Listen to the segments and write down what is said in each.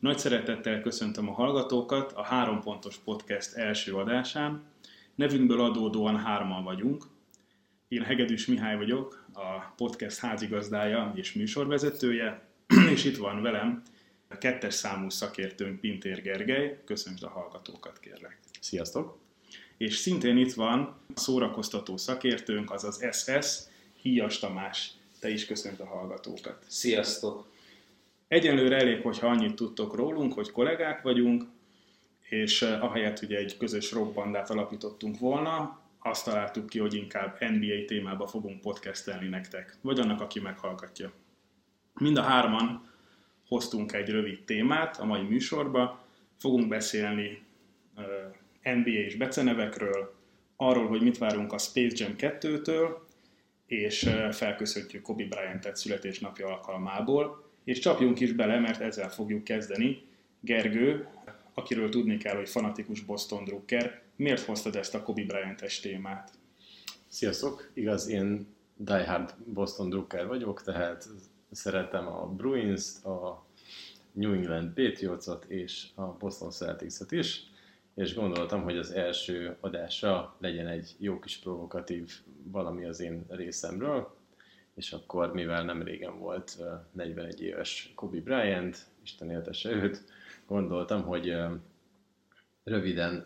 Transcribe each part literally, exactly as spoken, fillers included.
Nagy szeretettel köszöntöm a hallgatókat a Három Pontos Podcast első adásán. Nevünkből adódóan hárman vagyunk. Én Hegedűs Mihály vagyok, a podcast házigazdája és műsorvezetője, és itt van velem a kettes számú szakértőnk Pintér Gergely. Köszönjük a hallgatókat, kérlek. Sziasztok! És szintén itt van a szórakoztató szakértőnk, azaz es es, Híjas Tamás. Te is köszönt a hallgatókat. Sziasztok! Egyenlőre elég, hogyha annyit tudtok rólunk, hogy kollégák vagyunk, és ahelyett, hogy egy közös rockbandát alapítottunk volna, azt találtuk ki, hogy inkább en bé á témába fogunk podcastelni nektek, vagy annak, aki meghallgatja. Mind a hárman hoztunk egy rövid témát a mai műsorba, fogunk beszélni en bé á és becenevekről, arról, hogy mit várunk a Space Jam kettőtől, és felköszöntjük Kobe Bryantet születésnapja alkalmából, és csapjunk is bele, mert ezzel fogjuk kezdeni. Gergő, akiről tudni kell, hogy fanatikus Boston drukker, miért hoztad ezt a Kobe Bryant-es témát? Sziasztok! Igaz, én diehard Boston drukker vagyok, tehát szeretem a Bruins-t, a New England Patriots-ot és a Boston Celtics-et is, és gondoltam, hogy az első adásra legyen egy jó kis provokatív valami az én részemről, és akkor, mivel nem régen volt negyvenegy éves Kobe Bryant, Isten éltesse őt, gondoltam, hogy röviden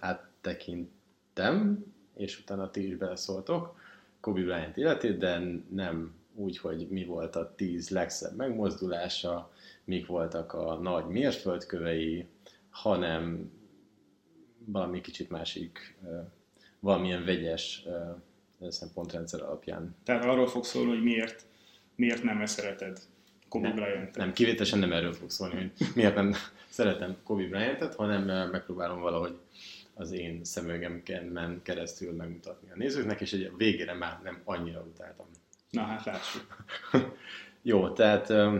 áttekintem, és utána ti is beleszóltok Kobe Bryant életét, de nem úgy, hogy mi volt a tíz legszebb megmozdulása, mik voltak a nagy mérföldkövei, hanem valami kicsit másik, valamilyen vegyes szempontrendszer alapján. Tehát arról fog szólni, hogy miért, miért nem szereted Kobe nem, Bryant-et. Nem, kivételesen nem erről fog szólni, hogy miért nem szeretem Kobe Bryant-et, hanem megpróbálom valahogy az én szemügemben keresztül megmutatni a nézőknek, és egy végére már nem annyira utáltam. Na hát lássuk. Jó, tehát ö,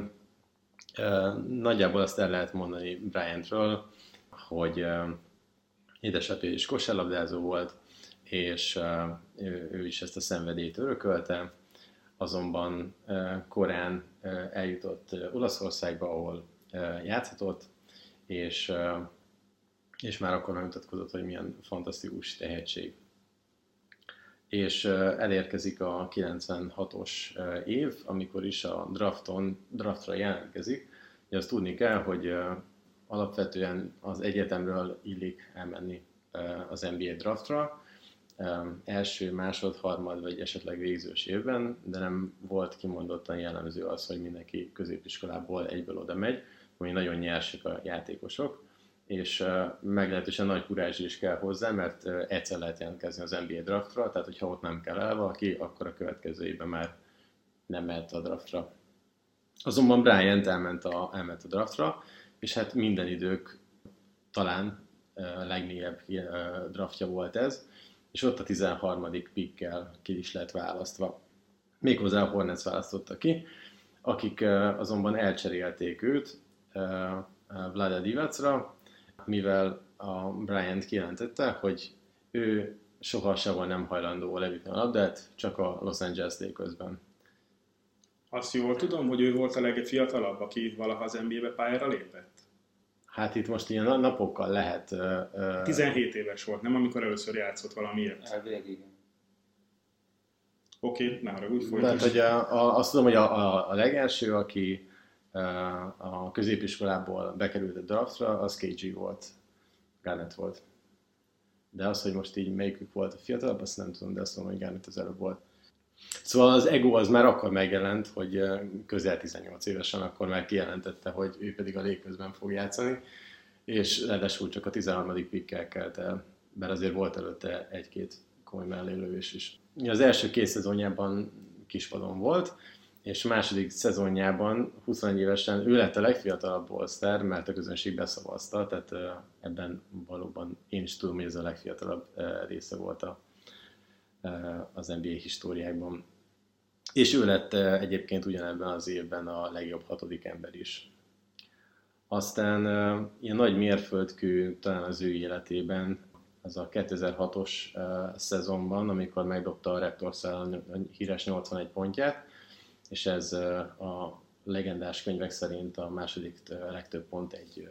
ö, nagyjából azt el lehet mondani Bryantről, hogy ö, édesapja is kosárlabdázó volt, és uh, ő, ő is ezt a szenvedélyt örökölte, azonban uh, korán uh, eljutott uh, Olaszországba, ahol uh, játszhatott, és, uh, és már akkor megmutatkozott, hogy milyen fantasztikus tehetség. És uh, elérkezik a kilencvenhatos uh, év, amikor is a drafton, draftra jelentkezik. Ugye azt tudni kell, hogy uh, alapvetően az egyetemről illik elmenni uh, az en bé á draftra, Um, első, másod, harmad vagy esetleg végzős évben, de nem volt kimondottan jellemző az, hogy mindenki középiskolából egyből oda megy, hogy nagyon nyersek a játékosok, és uh, meglehetősen nagy kurázs is kell hozzá, mert uh, egyszer lehet jelentkezni az en bé á draftra, tehát hogyha ott nem kell el valaki, akkor a következő évben már nem mehet a draftra. Azonban Bryant elment a, elment a draftra, és hát minden idők talán uh, legmélyebb uh, draftja volt ez, és ott a tizenharmadik pickkel ki is lett választva. Méghozzá a Hornets választotta ki, akik azonban elcserélték őt Vlade Divacra, mivel a Bryant kijelentette, hogy ő soha sehol nem hajlandó leütni a labdát, csak a Los Angeles Lakersben. Azt jól tudom, hogy ő volt a legfiatalabb, aki valaha az en bé á-be pályára lépett? Hát itt most ilyen napokkal lehet... Uh, tizenhét éves volt, nem? Amikor először játszott valamiért. Elvileg igen. Oké, okay, ne haragudj, folytasd. Hogy a, a, azt tudom, hogy a, a, a legelső, aki uh, a középiskolából bekerült a draftra, az ká gé volt. Garnett volt. De az, hogy most így melyikük volt a fiatalabb, azt nem tudom, de azt tudom, hogy Garnett az előbb volt. Szóval az ego az már akkor megjelent, hogy közel tizennyolc évesen akkor már kijelentette, hogy ő pedig a Lakersben fog játszani, és ráadásul csak a tizenharmadik pickkel kelt el, mert azért volt előtte egy-két komoly mellélövés is. Az első két szezonjában kispadon volt, és a második szezonjában huszonegy évesen ő lett a legfiatalabb All-Star, mert a közönség beszavazta, tehát ebben valóban én is tudom, hogy ez a legfiatalabb része volt a az en bé á históriákban. És ő lett egyébként ugyanebben az évben a legjobb hatodik ember is. Aztán ilyen nagy mérföldkő talán az ő életében, az a kétezer-hatos szezonban, amikor megdobta a Raptors-el a híres nyolcvanegy pontját, és ez a legendás könyvek szerint a második legtöbb pont egy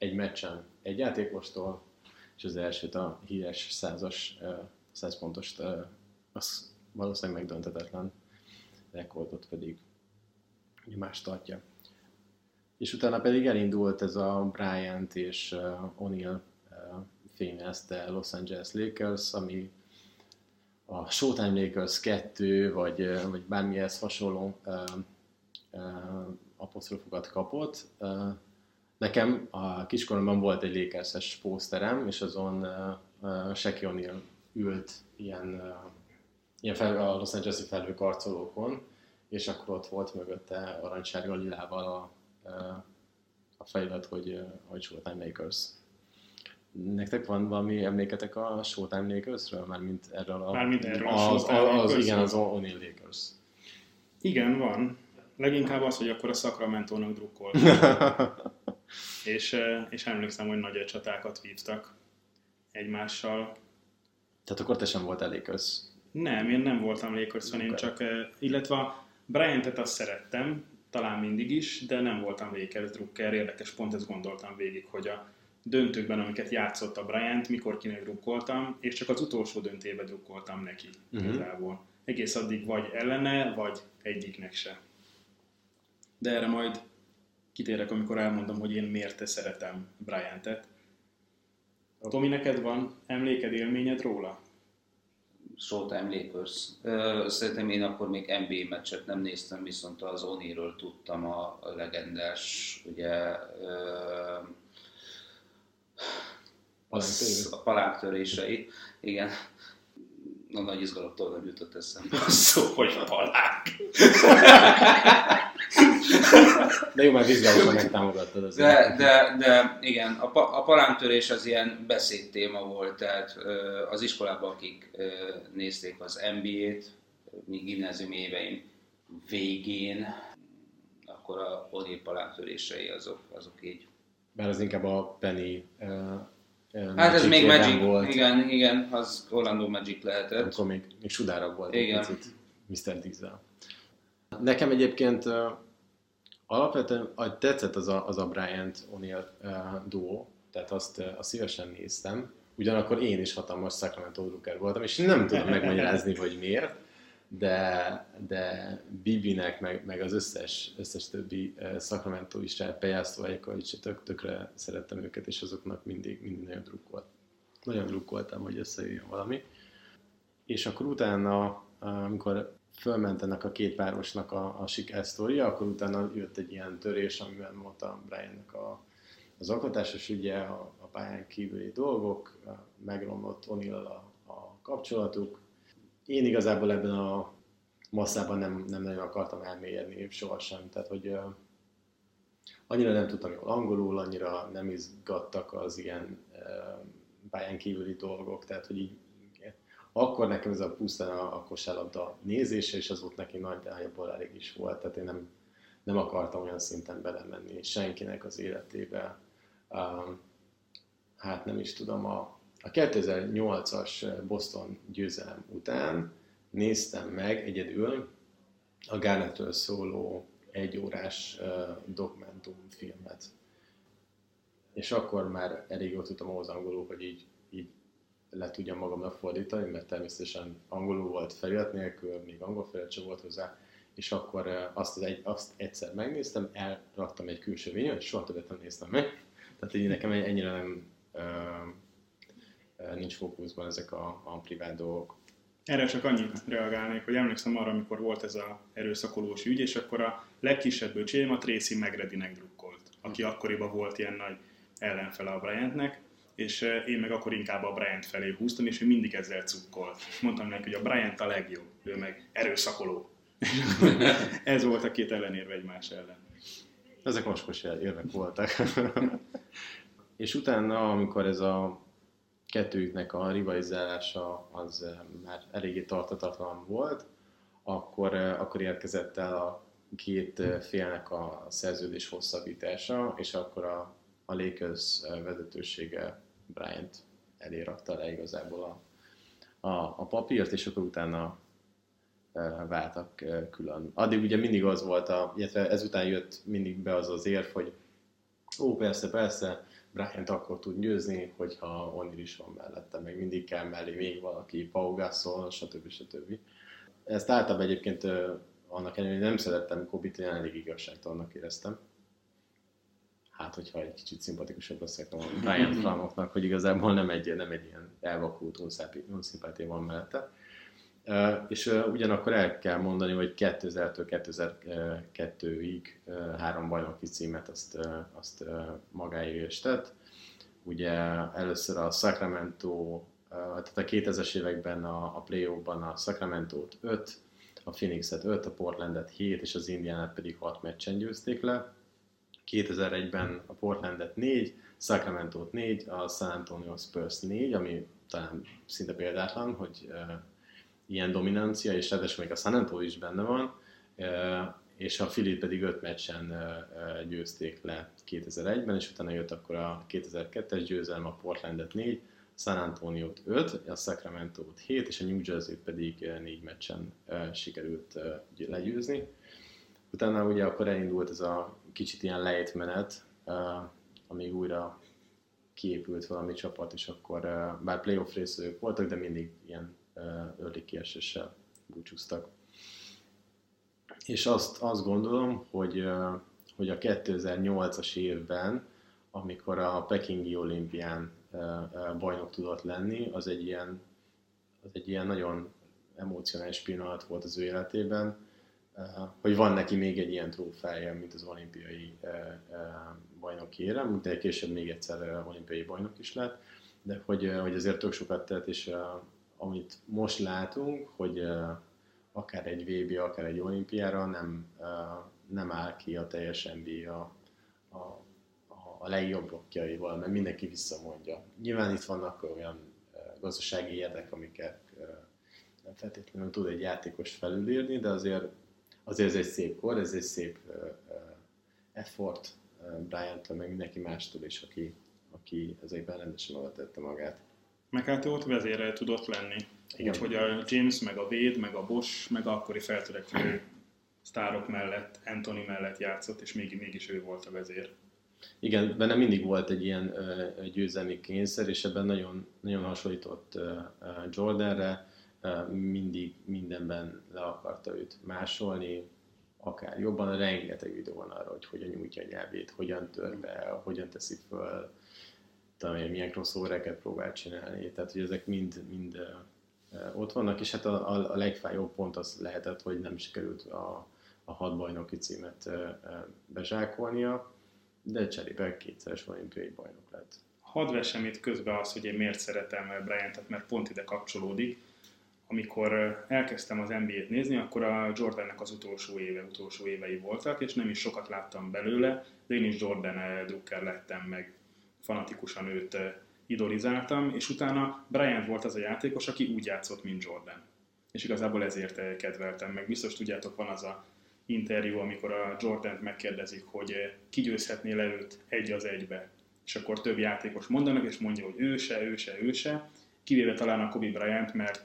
egy meccsen egy játékostól, és az elsőt a híres százas, száz pontost, az valószínűleg megdöntetetlen rekordot pedig más tartja. És utána pedig elindult ez a Bryant és O'Neal fémjelezte Los Angeles Lakers, ami a Showtime Lakers kettő, vagy, vagy bármihez hasonló apostrofokat kapott. Nekem a kiskoromban volt egy Lakers-es pószterem, és azon uh, Shaquille O'Neal ült ilyen, uh, ilyen fel, a Los Angeles-i felhőkarcolókon, és akkor ott volt mögötte aranysárga lilával a, uh, a felirat, hogy, uh, hogy Showtime Lakers. Nektek van valami emléketek a Showtime Lakersről? Mármint erről a... Mármint erről a az, Showtime az, Lakers? az, igen, az O'Neal Lakers. Igen, van. Leginkább az, hogy akkor a Sacramento-nak drukkolt. és, és emlékszem, hogy nagy csatákat vívtak egymással. Tehát akkor te sem voltál Lakers? Nem, én nem voltam Lakers fan, én Okay. csak, illetve Bryantet azt szerettem, talán mindig is, de nem voltam Lakers drukker. Érdekes, pont ezt gondoltam végig, hogy a döntőkben, amiket játszott a Bryant, mikor kinek drukkoltam, és csak az utolsó döntőben drukkoltam neki uh-huh. igazából. Egész addig vagy ellene, vagy egyiknek se. De erre majd kitérek, amikor elmondom, hogy én miért te szeretem Bryantet. Tomi, neked van emléked, élményed róla? Showtime Lakers. Szerintem én akkor még en bé á meccset nem néztem, viszont az O'Nealről tudtam a legendás, ugye, az, a paláktörései. Igen. A nagy izgalomtól nem jutott eszembe a szó, hogy palák. De jó, már vizsgálatosan megtámogattad azért. De, de, de igen, a, pa, a palántörés az ilyen beszédtéma volt, tehát az iskolában, akik nézték az en bé á-t, mi gimnáziumi éveim végén, akkor a O'Neal palántörései azok, azok így. Bár az inkább a Penny uh, uh, Hát ez még Magic, volt. igen, igen, az Orlando Magic lehetett. Akkor még, még sudárabb volt igen. egy picit miszter Diesel. Nekem egyébként uh, alapvetően uh, tetszett az a, az a Bryant-O'Neal uh, duó, tehát azt, uh, azt szívesen néztem. Ugyanakkor én is hatalmas Sacramento drukker voltam, és nem tudom megmagyarázni, hogy miért, de, de Bibinek, meg, meg az összes, összes többi uh, Sacramento is, Pejásztó, Ejkovics, tök, tökre szerettem őket, és azoknak mindig, mindig nagyon drukkolt. Nagyon drukkoltam, hogy összejöjjön valami. És akkor utána, amikor fölment ennek a két párosnak a, a sikersztória, akkor utána jött egy ilyen törés, amiben mondta Bryantnek a, az alkotásos ügye, a, a pályán kívüli dolgok, megromlott O'Neal a, a kapcsolatuk. Én igazából ebben a masszában nem, nem nagyon akartam elmélyedni sohasem, tehát hogy uh, annyira nem tudtam jól angolul, annyira nem izgattak az ilyen uh, pályán kívüli dolgok, tehát hogy így akkor nekem ez a pusztán a, a kosárlabda nézése, és az volt neki nagyjából elég is volt, tehát én nem, nem akartam olyan szinten belemenni senkinek az életébe. Um, hát nem is tudom, a, a kétezer-nyolcas Boston győzelem után néztem meg egyedül a Garnettről szóló egyórás uh, dokumentumfilmet. És akkor már elég jól tudtam ahhoz angolul, hogy így, így le tudjam magamnak fordítani, mert természetesen angolul volt felirat nélkül, még angol felirat sem volt hozzá, és akkor azt, az egy, azt egyszer megnéztem, elraktam egy külső vényen, és soha többet nem néztem meg. Tehát így nekem ennyire nem uh, nincs fókuszban ezek a, a privát dolgok. Erre csak annyit reagálnék, hogy emlékszem arra, amikor volt ez az erőszakolós ügy, és akkor a legkisebb öcsém a Tracy McGrady-nek drukkolt, aki akkoriban volt ilyen nagy ellenfele a Bryantnek, és én meg akkor inkább a Bryant felé húztam, és ő mindig ezzel cukkolt. Mondtam neki, hogy a Bryant a legjobb, ő meg erőszakoló. Ez volt a két ellenérve egymás ellen. Ezek moskos érvek voltak. És utána, amikor ez a kettőjüknek a rivalizálása az már eléggé tartatatlan volt, akkor, akkor érkezett el a két félnek a szerződés hosszabbítása, és akkor a, a Lakers vezetősége Bryant elé rakta le igazából a, a, a papírt, és akkor utána váltak külön. Addig ugye mindig az volt, a, illetve ezután jött mindig be az az érv, hogy ó, persze, persze, Bryant akkor tud győzni, hogyha O'Neal is van mellette, meg mindig kell mellé még valaki, Pau Gasol, stb. stb. Ezt általában egyébként annak ellenére, hogy nem szerettem Kobe-t, én elég igazságtalannak éreztem. Hát, hogyha egy kicsit szimpatikusabb leszek a Bryant fanoknak, hogy igazából nem egy, nem egy ilyen elvakult unszimpátia van mellette. Uh, és uh, ugyanakkor el kell mondani, hogy kétezertől kétezer-kettőig uh, három bajnoki címet azt, uh, azt uh, magáévé is tett. Ugye először a Sacramento, uh, tehát a kétezres években a, a play-offban a Sacramento-t öt, a Phoenixet öt, a Portlandet hét és az Indianát pedig hat meccsen győzték le. kétezer-egyben a Portlandet négy, Sacramento-t négy, a San Antonio Spurs négy, ami talán szinte példátlan, hogy uh, ilyen dominancia, és ráadásul még a San Antonio is benne van, és a Philly pedig öt meccsen győzték le kétezer-egyben, és utána jött akkor a kétezer-kettes győzelem, a Portlandet négy, San Antonio-t öt, a Sacramento-t hét, és a New Jersey-t pedig négy meccsen sikerült legyőzni. Utána ugye akkor elindult ez a kicsit ilyen lejtmenet, amíg újra kiépült valami csapat, és akkor bár playoff részvevők voltak, de mindig ilyen early kieséssel búcsúztak. És azt, azt gondolom, hogy, hogy a kétezer-nyolcas évben, amikor a Pekingi olimpián bajnok tudott lenni, az egy ilyen, az egy ilyen nagyon emocionális pillanat volt az ő életében, hogy van neki még egy ilyen trófeája, mint az olimpiai bajnoki érem, de később még egyszer olimpiai bajnok is lett, de hogy, hogy azért tök sokat tett, és amit most látunk, hogy uh, akár egy vé bé, akár egy olimpiára nem, uh, nem áll ki a teljes en bé á a, a, a legjobb blokkjaival, mert mindenki visszamondja. Nyilván itt vannak olyan uh, gazdasági érdek, amiket uh, nem feltétlenül tud egy játékos felülírni, de azért, azért ez egy szép kor, ez egy szép uh, uh, effort uh, Bryant-től, meg mindenki mástól is, aki, aki ezekben rendesen oda tette magát. Meg hát ott vezérrel tudott lenni. Úgyhogy a James, meg a Wade, meg a Bosch, meg a akkori feltörekvő sztárok mellett, Anthony mellett játszott, és még, mégis ő volt a vezér. Igen, benne mindig volt egy ilyen uh, győzelmi kényszer, és ebben nagyon, nagyon hasonlított uh, Jordanre, uh, mindig mindenben le akarta őt másolni, akár jobban, rengeteg videó van arra, hogy hogyan nyújtja a nyelvét, hogyan tör be, hogyan teszi föl, talán milyen crossovereket próbál csinálni, tehát hogy ezek mind, mind uh, ott vannak, és hát a, a, a legfájóbb pont az lehetett, hogy nem sikerült a, a hat bajnoki címet uh, bezsákolnia, de cserébe kétszeres olimpiai bajnok lett. Hadd vessem itt közben az, hogy én miért szeretem Bryantet, mert pont ide kapcsolódik. Amikor elkezdtem az en bé á-t nézni, akkor a Jordannek az utolsó éve, utolsó évei voltak, és nem is sokat láttam belőle, de én is Jordan drukker lettem meg. Fanatikusan őt idolizáltam, és utána Bryant volt az a játékos, aki úgy játszott, mint Jordan. És igazából ezért kedveltem meg. Biztos tudjátok, van az a interjú, amikor a Jordant megkérdezik, hogy ki győzhetné le őt egy az egybe. És akkor több játékos mondanak, és mondja, hogy ő se, ő se, ő se. Kivéve talán a Kobe Bryant, mert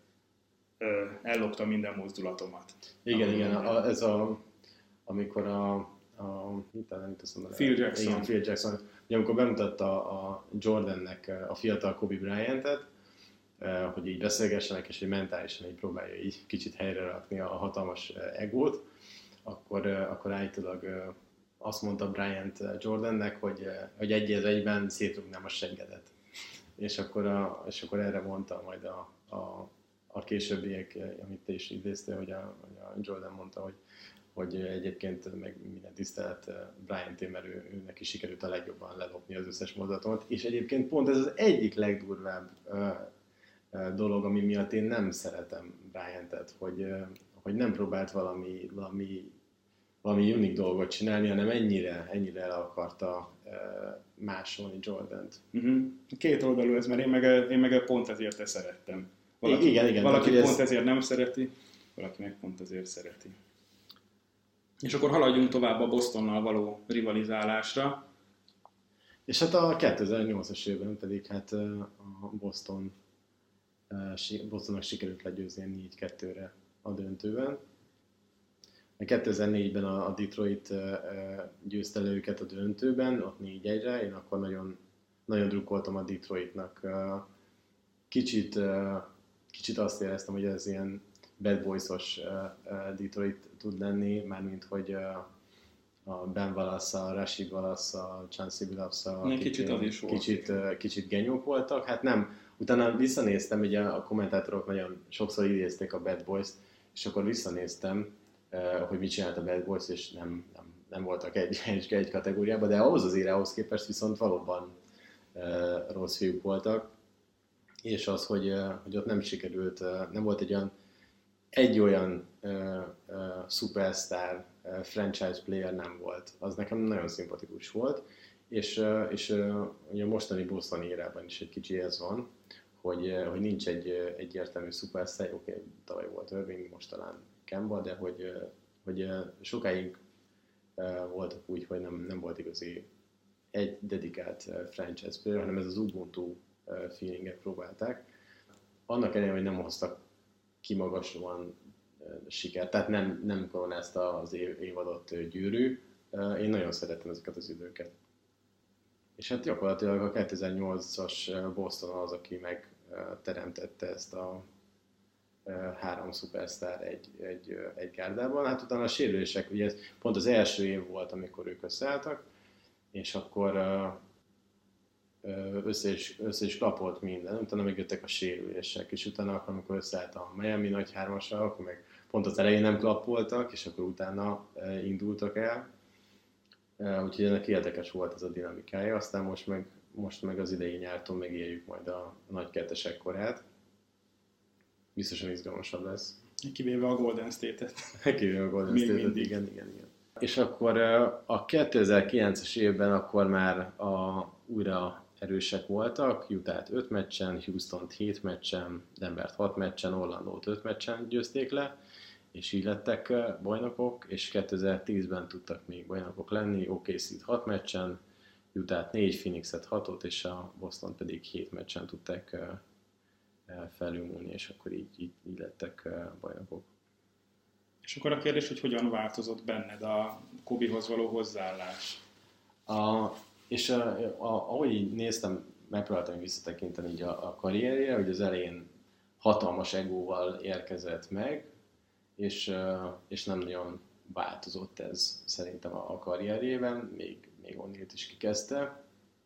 ellopta minden mozdulatomat. Igen, igen, a, ez a, amikor a, a talán itt azt mondom, Phil Jackson. Igen, Phil Jackson. Ugye, amikor bemutatta a Jordannek a fiatal Kobe Bryantet, hogy így beszélgessenek, és hogy mentálisan így próbálja így kicsit helyre rakni a hatalmas egót, akkor, akkor állítólag azt mondta Bryant Jordannek, hogy, hogy egy az egyben szétrugnám a seggedet. És akkor, a, és akkor erre mondta majd a, a, a későbbiek, amit te is idéztél, hogy a, hogy a Jordan mondta, hogy, hogy egyébként meg minden tisztelet Bryanté, mert ő, ő neki sikerült a legjobban lelopni az összes mozdulatomat. És egyébként pont ez az egyik legdurvább dolog, ami miatt én nem szeretem Bryantet, hogy, hogy nem próbált valami, valami, valami unik dolgot csinálni, hanem ennyire, ennyire el akarta másolni Jordant. Uh-huh. Két oldalú ez, mert én meg, én meg pont ezért ezt szerettem. Valaki, igen, igen, valaki pont ez... ezért nem szereti, valaki meg pont ezért szereti. És akkor haladjunk tovább a Bostonnal való rivalizálásra. És hát a kétezer-nyolcas évben pedig hát a Boston Bostonnak sikerült legyőzni négy kettőre a döntőben. kétezer-négyben a Detroit győzte le őket a döntőben, ott négy egyre, én akkor nagyon, nagyon drukkoltam a Detroitnak. Kicsit, kicsit azt éreztem, hogy ez ilyen bad boys-os Detroit tud lenni, mármint hogy a Ben Wallace, a Rashid Wallace, a Chauncey Billups, a kicsit, kicsit, az is volt. kicsit, kicsit genyók voltak. Hát nem, utána visszanéztem, ugye a kommentátorok nagyon sokszor idézték a Bad Boys-t, és akkor visszanéztem, hogy mit csinált a Bad Boys, és nem, nem, nem voltak egy, egy, egy kategóriában, de ahhoz azért ahhoz képest viszont valóban rossz fiúk voltak, és az, hogy, hogy ott nem sikerült, nem volt egy olyan egy olyan uh, uh, superstar, uh, franchise player nem volt. Az nekem nagyon szimpatikus volt, és, uh, és uh, ugye a mostani Boston érában is egy kicsi ez van, hogy, uh, hogy nincs egy uh, egyértelmű superstar, oké, okay, tavaly volt Irving, most talán Kemba, de hogy, uh, hogy uh, sokáig uh, voltak úgy, hogy nem, nem volt igazi egy dedikált uh, franchise player, hanem ez az Ubuntu uh, feelinget próbálták. Annak ellenére, hogy nem hoztak kimagaslóan sikert, tehát nem, nem koronázta az év, évadot gyűrű. Én nagyon szeretem ezeket az időket. És hát gyakorlatilag a kétezer-nyolcas Boston az, aki megteremtette ezt a három szupersztár egy, egy, egy gárdában. Hát utána a sérülések, ugye ez pont az első év volt, amikor ők összeálltak, és akkor össze is, össze is klapolt minden, utána megjöttek a sérülések, és utána, amikor összeállt a Miami nagy hármasra, akkor meg pont az elején nem klappoltak, és akkor utána indultak el. Úgyhogy ennek érdekes volt ez a dinamikája, aztán most meg, most meg az idei nyártól megéljük majd a, a nagy kettesek korát. Biztosan izgalmasabb lesz. Kivéve a Golden State-et. Kivéve a Golden State-et, igen, igen, igen. És akkor a kétezer-kilences évben akkor már a, újra erősek voltak, Utah-t öt meccsen, Houston-t hét meccsen, Denver-t hat meccsen, Orlandót öt meccsen győzték le, és így lettek bajnokok, és kétezer-tízben tudtak még bajnokok lenni, o ká cé-t hat meccsen, Utah-t négy, Phoenix-et hatot, és a Boston pedig hét meccsen tudták felülmúlni, és akkor így, így, így lettek bajnokok. És akkor a kérdés, hogy hogyan változott benned a Kobehoz való hozzáállás? A, és a, a, ahogy így néztem, megpróbáltam visszatekinteni így a, a karrierjére, hogy az elején hatalmas egóval érkezett meg, és, és nem nagyon változott ez szerintem a, a karrierjében, még, még O'Neal-t is kikezdte,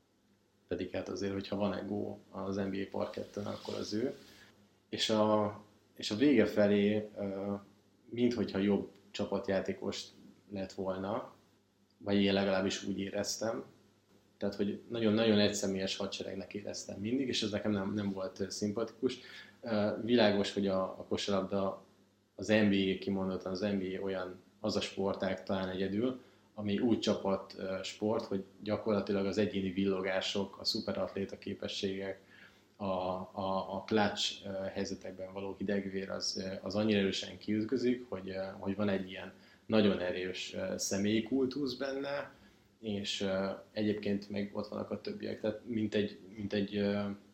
pedig hát azért, hogyha van egó az en bé á parketten, akkor az ő. És a, és a vége felé, minthogyha jobb csapatjátékos lett volna, vagy én legalábbis úgy éreztem, tehát, hogy nagyon-nagyon egyszemélyes hadseregnek éreztem mindig, és ez nekem nem, nem volt szimpatikus. Világos, hogy a, a kosárlabda, az en bé á, kimondottan az en bé á olyan, az a sportág talán egyedül, ami úgy csapat sport, hogy gyakorlatilag az egyéni villogások, a szuperatléta képességek, a, a, a clutch helyzetekben való hidegvér az, az annyira erősen kiütközik, hogy, hogy van egy ilyen nagyon erős személyi kultusz benne, és egyébként meg ott vannak a többiek, tehát mint egy, mint egy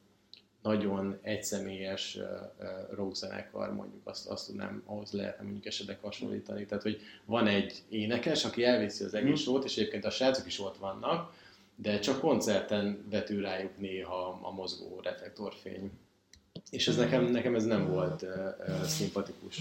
nagyon egyszemélyes rockzenekar, mondjuk azt, azt tudnám, ahhoz lehetne mondjuk esetleg hasonlítani. Tehát, hogy van egy énekes, aki elviszi az egész sót, és egyébként a srácok is ott vannak, de csak koncerten vetül rájuk néha a mozgó reflektorfény. És ez nekem, nekem ez nem volt uh, uh, szimpatikus,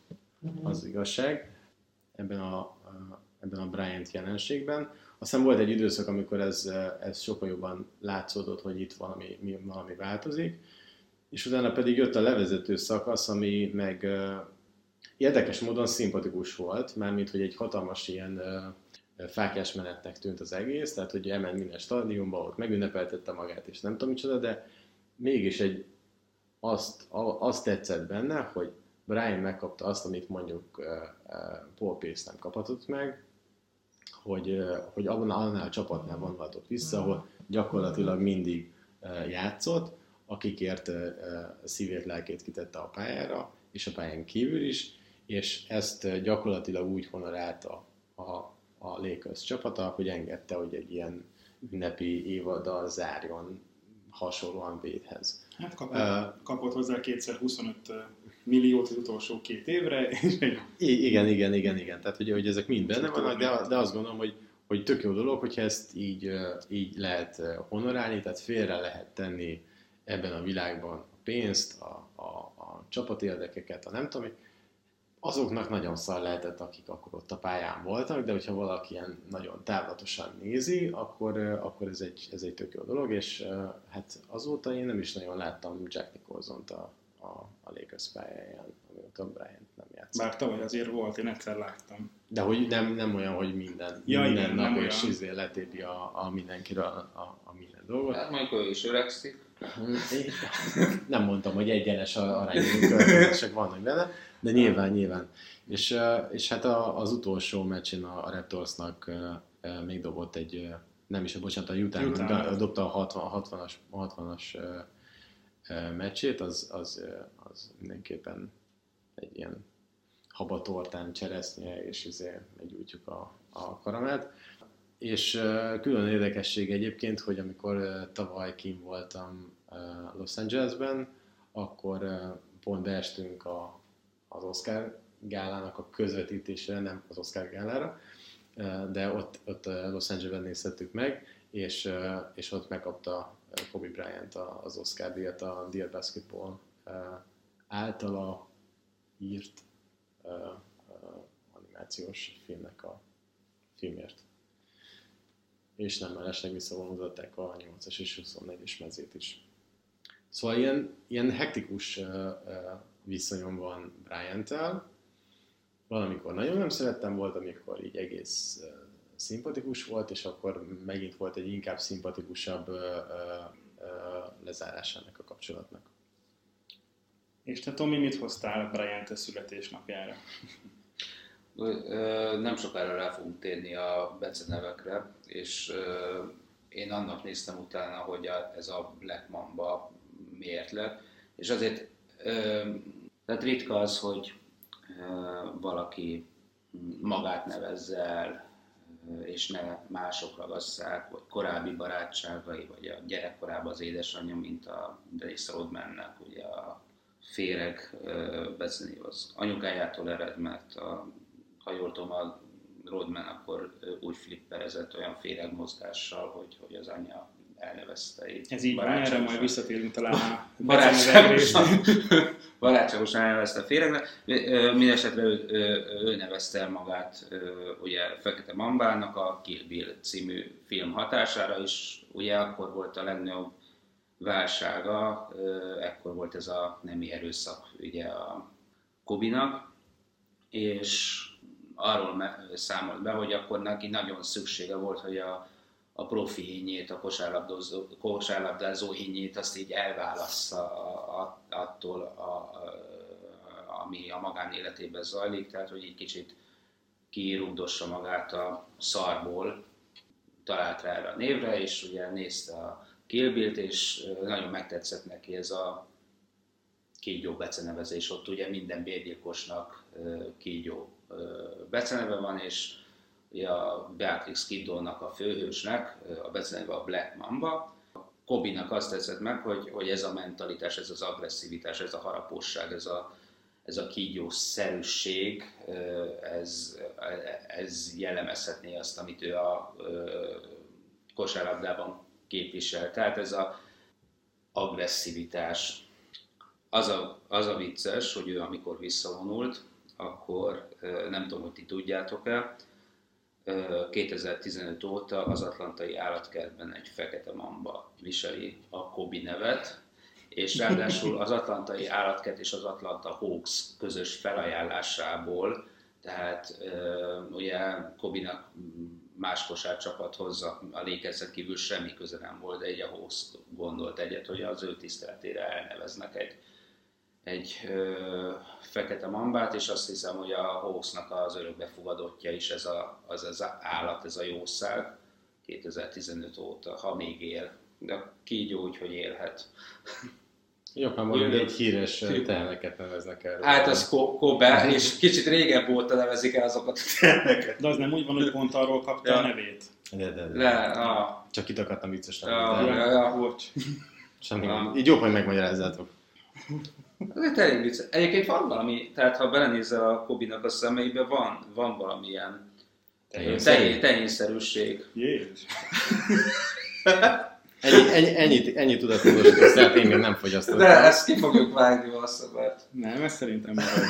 az igazság, ebben a, uh, ebben a Bryant jelenségben. Aztán volt egy időszak, amikor ez, ez sokkal jobban látszódott, hogy itt valami, valami változik, és utána pedig jött a levezető szakasz, ami meg uh, érdekes módon szimpatikus volt, mármint hogy egy hatalmas ilyen uh, fáklyás menetnek tűnt az egész, tehát hogy elment minden stadionba, ott megünnepeltette magát, és nem tudom micsoda, de mégis egy, azt, azt tetszett benne, hogy Brian megkapta azt, amit mondjuk uh, uh, Paul Pierce nem kaphatott meg, hogy, hogy annál a csapatnál vonulhatott vissza, ahol gyakorlatilag mindig játszott, akikért szívét, lelkét kitette a pályára, és a pályán kívül is, és ezt gyakorlatilag úgy honorálta a, a Lakers csapata, hogy engedte, hogy egy ilyen ünnepi évaddal zárjon hasonlóan Wade-hez. Hát kapott, uh, kapott hozzá kétszer huszonöt milliót az utolsó két évre. I- igen, igen, igen, igen. Tehát, hogy, hogy ezek mind benne vannak, de, de azt gondolom, hogy, hogy tök jó dolog, hogyha ezt így, így lehet honorálni, tehát félre lehet tenni ebben a világban a pénzt, a, a, a csapatérdekeket, a nem tudom, azoknak nagyon szar lehetett, akik akkor ott a pályán voltak, de hogyha valaki ilyen nagyon távlatosan nézi, akkor, akkor ez, egy, ez egy tök jó dolog, és hát azóta én nem is nagyon láttam Jack Nicholsont a, a, a Lakers pályáján, amióta Bryant nem játszott. Bár tavaly azért volt, én egyszer láttam. De hogy nem, nem olyan, hogy minden, ja, minden igen, nap nem és olyan. izé letépi a, a mindenkire a, a, a minden dolgot. Hát mondjuk ő is öregszik. Nem mondtam, hogy egyenes arányú következések vannak benne, de nyilván, nyilván. És, és hát az utolsó meccsen a Raptorsnak még dobott egy, nem is, bocsánat, a Utah dobta a hatvanas, hatvanas meccsét, az, az, az mindenképpen egy ilyen habatortán cseresznye, és ezért meggyújtjuk a, a karamelt. És uh, külön érdekesség egyébként, hogy amikor uh, tavaly kint voltam uh, Los Angelesben, akkor uh, pont beestünk a, az Oscar gálának a közvetítésére, nem az Oscar gálára, uh, de ott, ott uh, Los Angelesben nézhettük meg, és, uh, és ott megkapta Kobe Bryant az Oscar díjat a Dear Basketball uh, általa írt uh, uh, animációs filmnek a filmért. És nem mellesleg visszavonultatták a nyolcas és huszonnégyes mezét is. Szóval ilyen, ilyen hektikus uh, uh, viszonyom van Bryant-tel. Valamikor nagyon nem szerettem, volt, amikor így egész uh, szimpatikus volt, és akkor megint volt egy inkább szimpatikusabb uh, uh, uh, lezárás ennek a kapcsolatnak. És te, Tomi, mit hoztál Bryant születésnapjára? Nem sokára rá fogunk térni a becenevekre, és én annak néztem utána, hogy ez a Black Mamba miért lett. És azért tehát ritka az, hogy valaki magát nevezze el, és ne mások ragasszák, vagy korábbi barátságai, vagy a gyerekkorában az édesanyja, mint a Dennis Rodmannek, ugye a féreg becenév az anyukájától ered, mert a ha jól tudom, a Rodman akkor úgy flipperezett olyan féreg mozgással, hogy, hogy az anyja elnevezte így. Ez így van, erre majd visszatérünk talán a barátságosan, barátságosan elnevezte a féregnek. Mindenesetre ő, ő, ő nevezte el magát ugye Fekete Mambának a Kill Bill című film hatására is. Ugye akkor volt a legnagyobb válsága, ekkor volt ez a nemi erőszak ugye a Kobinak, és arról számolt be, hogy akkor neki nagyon szüksége volt, hogy a, a profi hínyét, a kosárlabdázó, kosárlabdázó hínyét azt így elválassza a, a, attól, a, a, ami a magánéletében zajlik, tehát hogy egy kicsit kirugdossa magát a szarból, talált rá erre a névre, és ugye nézte a Kill Billt, és nagyon megtetszett neki ez a kígyó becenevezés. Ott ugye minden bérgyilkosnak kígyó beceneve van, és ugye a Beatrix Kiddo-nak a főhősnek a beceneve a Black Mamba. Kobe-nak azt tetszett meg, hogy, hogy ez a mentalitás, ez az agresszivitás, ez a harapósság, ez a, ez a kígyószerűség, ez, ez jellemezhetné azt, amit ő a kosárlabdában képvisel. Tehát ez az agresszivitás. Az a, az a vicces, hogy ő amikor visszavonult, akkor nem tudom, hogy ti tudjátok-e, kétezer-tizenöt óta az atlantai állatkertben egy fekete mamba viseli a Kobe nevet, és ráadásul az atlantai állatkert és az Atlanta Hawks közös felajánlásából, tehát ugye Kobe-nak más kosárcsapathoz a Lakersen kívül semmi köze nem volt, de egy a Hawks gondolt egyet, hogy az ő tiszteletére elneveznek egy egy ö, fekete mambát, és azt hiszem, hogy a Hawksnak az örökbefogadottja is ez a, az, az állat, ez a jószág kétezer-tizenöt óta, ha még él. De a kígyó úgy, hogy élhet. Japánban egy híres teheneket neveznek el. Hát az Kobe, és kicsit régebb óta nevezik el azokat a teheneket. De az nem úgy van, hogy pont arról kapta a nevét. De, de, de. Le, a... Csak itt akartam vicces lenni. Ja, ja, bocs. Semmi. Így jobb, hogy megmagyarázzátok. Ez elég vicces. Egyébként van valami, tehát ha belenézel a Kobinak a szemeibe, van, van valamilyen tehénszerűség. Jézus! Ennyi, ennyi, ennyit, ennyit tudatosítószert én még nem fogyasztottam. De ezt ki fogjuk vágni a szabát. Nem, ez szerintem marad.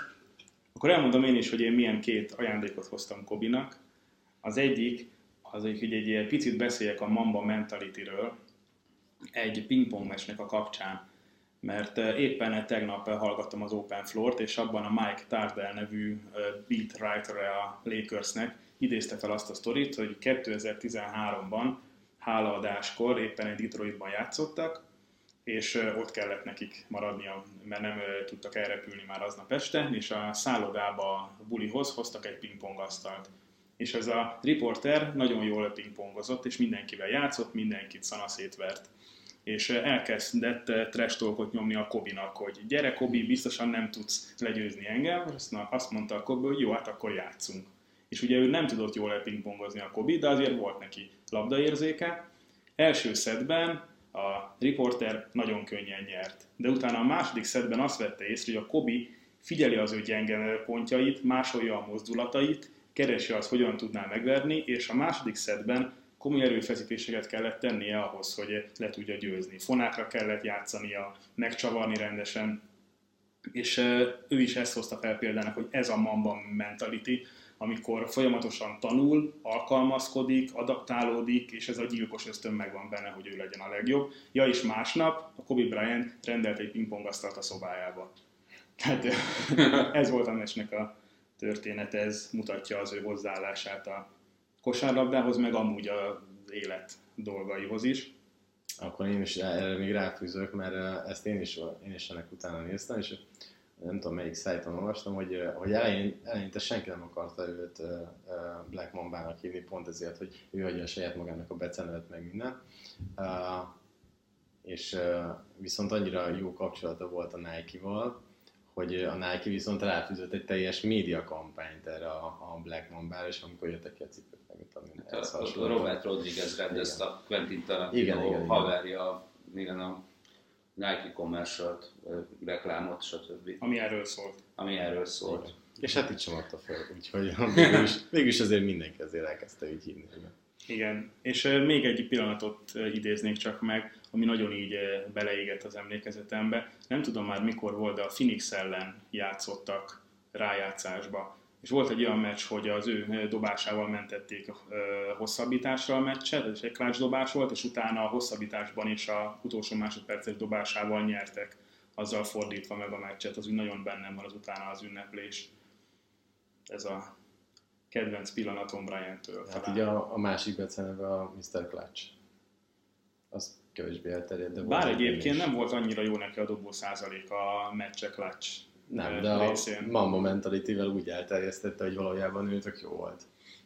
Akkor elmondom én is, hogy én milyen két ajándékot hoztam Kobinak. Az egyik, az, hogy egy, egy picit beszéljek a Mamba Mentality-ről, egy pingpong meccsnek a kapcsán, mert éppen tegnap hallgattam az Open Floor-t, és abban a Mike Tardell nevű beat writer-e a Lakersnek idézte fel azt a sztorit, hogy kétezer-tizenháromban hálaadáskor éppen egy Detroitban játszottak, és ott kellett nekik maradnia, mert nem tudtak elrepülni már aznap este, és a szállodába a bulihoz hoztak egy pingpongasztalt. És ez a riporter nagyon jól pingpongozott, és mindenkivel játszott, mindenkit szanaszét vert. És elkezdett trash talkot nyomni a Kobinak, hogy gyere Kobi, biztosan nem tudsz legyőzni engem, és azt mondta a Kobi, hogy jó, hát akkor játszunk. És ugye ő nem tudott jól pingpongozni a Kobi, de azért volt neki labdaérzéke. Első szettben a riporter nagyon könnyen nyert, de utána a második szettben azt vette észre, hogy a Kobi figyeli az ő gyenge pontjait, másolja a mozdulatait, keresi azt, hogyan tudná megverni, és a második szettben komoly erőfeszítéseket kellett tennie ahhoz, hogy le tudja győzni. Fonákra kellett játszania, megcsavarni rendesen, és ő is ezt hozta fel példának, hogy ez a Mamba mentality, amikor folyamatosan tanul, alkalmazkodik, adaptálódik, és ez a gyilkos ösztön megvan benne, hogy ő legyen a legjobb. Ja, és másnap a Kobe Bryant rendelt egy pingpongasztalt a szobájába. Tehát ez volt a meccsnek a története, ez mutatja az ő hozzáállását a kosárlabdához, meg amúgy az élet dolgaihoz is. Akkor én is erre még ráfűzök, mert ezt én is, én is ennek utána néztem, és nem tudom melyik szájton olvastam, hogy, hogy elején, eleinte senki nem akarta őt Black Mambának hívni, pont ezért, hogy ő adja a saját magának a becenevet, meg minden. És viszont annyira jó kapcsolata volt a Nike-val, hogy a Nike viszont ráfűzött egy teljes média kampányt erre a, a Black Mambára, és amikor jöttek ki a cipők, meg itt a, a Robert Rodriguez rendezte a Quentin Tarantino haverja, igen, a Nike commercialt, reklámot, stb. Ami erről szólt. Ami erről szólt. Igen. És hát itt sem adta fel, úgyhogy végülis, végülis azért mindenki azért elkezdte így hívni. Igen, és még egy pillanatot idéznék csak meg, ami nagyon így beleégett az emlékezetembe. Nem tudom már mikor volt, de a Phoenix ellen játszottak rájátszásba. És volt egy olyan meccs, hogy az ő dobásával mentették hosszabbításra a meccset, ez egy clutch dobás volt, és utána a hosszabbításban is a utolsó másodperces dobásával nyertek, azzal fordítva meg a meccset. Az úgy nagyon bennem van az utána az ünneplés. Ez a kedvenc pillanatom Bryant-től. Hát így a, a másik beceneve a miszter Clutch. Az kevésbé elterjedt, de bár egyébként nem volt annyira jó neki a dobó százalék a meccse Clutch. Nem, de a Mamba Mentality-vel úgy elterjesztette, hogy valójában ő tök jó volt.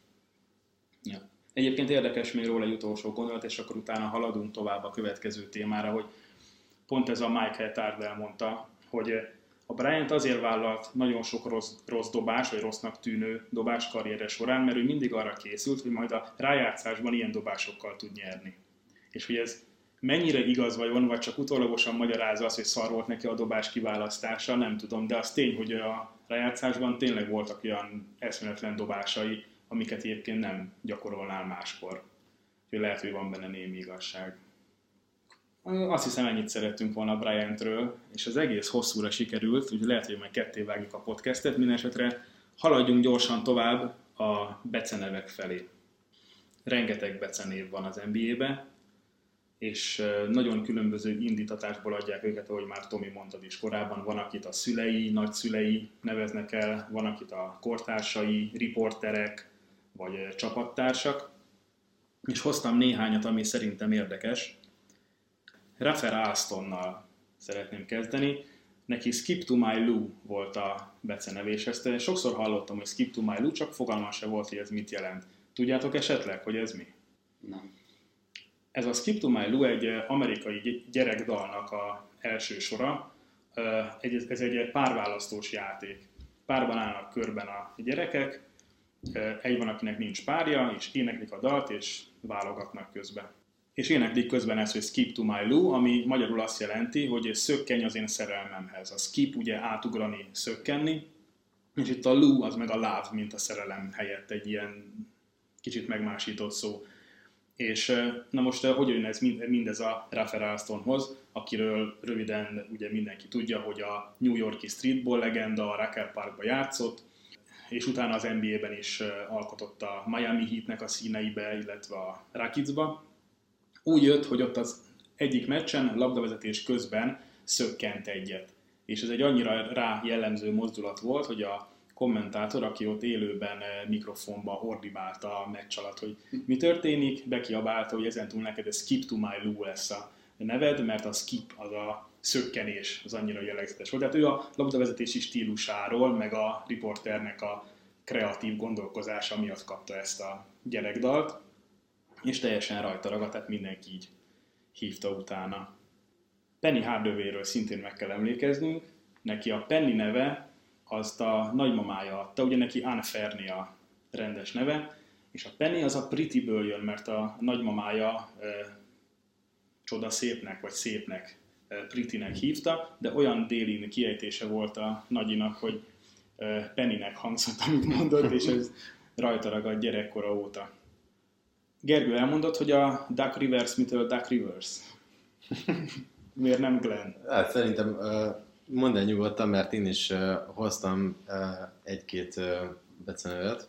Ja. Egyébként érdekes még róla egy utolsó gondolat, és akkor utána haladunk tovább a következő témára, hogy pont ez a Michael Tardell mondta, hogy a Bryant azért vállalt nagyon sok rossz, rossz dobás, vagy rossznak tűnő dobás karriere során, mert ő mindig arra készült, hogy majd a rájátszásban ilyen dobásokkal tud nyerni. És hogy ez mennyire igaz vajon, vagy csak utólagosan magyarázza azt, hogy szar volt neki a dobás kiválasztása, nem tudom, de az tény, hogy a rájátszásban tényleg voltak olyan eszméletlen dobásai, amiket egyébként nem gyakorolnál máskor. Úgyhogy lehet, hogy van benne némi igazság. Azt hiszem, ennyit szerettünk volna Bryantről, és az egész hosszúra sikerült, úgyhogy lehet, hogy majd ketté vágjuk a podcastet, mindenesetre haladjunk gyorsan tovább a becenevek felé. Rengeteg becenév van az en bé á-be, és nagyon különböző indítatásból adják őket, ahogy már Tomi mondtad is korábban. Van, akit a szülei, nagyszülei neveznek el, van, akit a kortársai, riporterek, vagy csapattársak. És hoztam néhányat, ami szerintem érdekes. Rafer Alstonnal szeretném kezdeni. Neki Skip to my Lou volt a becenevés. Ezt sokszor hallottam, hogy Skip to my Lou, csak fogalmam se volt, hogy ez mit jelent. Tudjátok esetleg, hogy ez mi? Nem. Ez a Skip to my Lou egy amerikai gyerekdalnak a első sora. Ez egy párválasztós játék. Párban állnak körben a gyerekek, egy van, akinek nincs párja, és éneklik a dalt, és válogatnak közben. és éneklik közben ezt, hogy skip to my Lou, ami magyarul azt jelenti, hogy szökkenj az én szerelmemhez. A skip ugye átugrani, szökkenni, és itt a Lou az meg a love, mint a szerelem helyett egy ilyen kicsit megmásított szó. És na most hogy jön ez mindez a Rafe Ralstonhoz, akiről röviden ugye mindenki tudja, hogy a New York-i streetball legenda, a Rucker Parkba játszott, és utána az en bé á-ben is alkotott a Miami Heatnek a színeibe, illetve a Rocketsba. Úgy jött, hogy ott az egyik meccsen, labdavezetés közben szökkent egyet. És ez egy annyira rá jellemző mozdulat volt, hogy a kommentátor, aki ott élőben mikrofonba ordibálta a meccs alatt, hogy mi történik, bekiabálta, hogy ezentúl neked a skip to my Lou lesz a neved, mert a skip az a szökkenés, az annyira jellegzetes volt. Tehát ő a labdavezetési stílusáról, meg a riporternek a kreatív gondolkozása miatt kapta ezt a gyerekdalt, és teljesen rajta ragadt, tehát mindenki így hívta utána. Penny Hardaway-ről szintén meg kell emlékeznünk, neki a Penny neve azt a nagymamája adta, ugye neki Anne Fernie a rendes neve, és a Penny az a Prettyből jön, mert a nagymamája e, csoda szépnek, vagy szépnek, e, Prettynek hívta, de olyan délin kiejtése volt a nagyinak, hogy e, Pennynek hangzott, amit mondott, és ez rajta ragadt gyerekkora óta. Gergő elmondott, hogy a Duck Rivers mitől Duck Rivers? Miért nem Glenn? Hát szerintem mondd el nyugodtan, mert én is hoztam egy-két becenevet,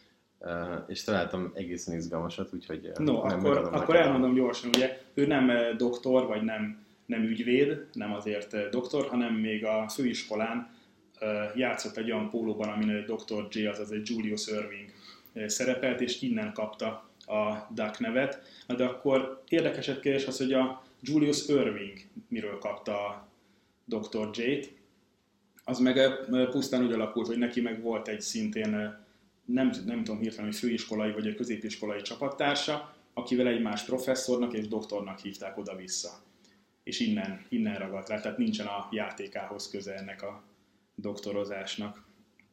és találtam egészen izgalmasat, úgyhogy no, akkor, akkor elmondom gyorsan, ugye ő nem doktor, vagy nem, nem ügyvéd, nem azért doktor, hanem még a főiskolán játszott egy olyan pólóban, amin doktor J, azaz egy Julius Erving szerepelt, és innen kapta a Duck nevet. De akkor érdekesebb kérdés az, hogy a Julius Erving miről kapta a doktor J-t. Az meg pusztán úgy alakult, hogy neki meg volt egy szintén, nem, nem tudom hirtelen, hogy főiskolai vagy a középiskolai csapattársa, akivel egymás professzornak és doktornak hívták oda-vissza. És innen, innen ragadt rá, tehát nincsen a játékához köze ennek a doktorozásnak.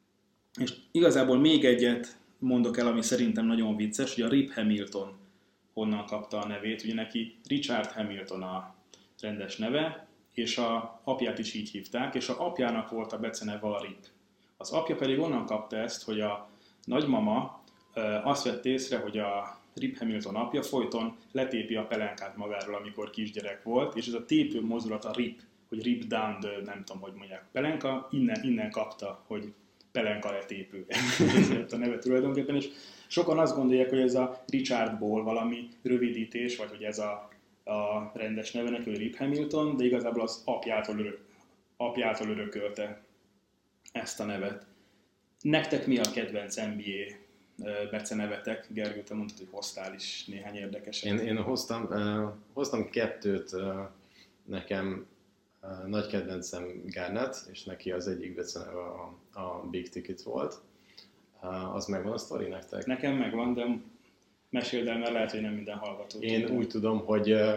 És igazából még egyet mondok el, ami szerintem nagyon vicces, hogy a Rip Hamilton honnan kapta a nevét. Ugye neki Richard Hamilton a rendes neve, és a apját is így hívták, és a apjának volt a beceneve a Rip. Az apja pedig onnan kapta ezt, hogy a nagymama azt vett észre, hogy a Rip Hamilton apja folyton letépi a pelenkát magáról, amikor kisgyerek volt, és ez a tépő mozdulat, a Rip, hogy Rip down, de nem tudom, hogy mondják, pelenka, innen, innen kapta, hogy pelenka letépő. Ez a neve tulajdonképpen, és sokan azt gondolják, hogy ez a Richard Ball valami rövidítés, vagy hogy ez a, a rendes neve neki, hogy Rip Hamilton, de igazából az apjától, örök, apjától örökölte ezt a nevet. Nektek mi a kedvenc en bé á becenevetek? Gergő, te mondtad, hogy hoztál is néhány érdekeset. Én, én hoztam, uh, hoztam kettőt, uh, nekem uh, nagy kedvencem Garnett, és neki az egyik beceneve a, a Big Ticket volt. Uh, az megvan a sztori nektek? Nekem megvan, de meséld el, mert lehet, hogy nem minden hallgató. Én úgy tudom, hogy uh,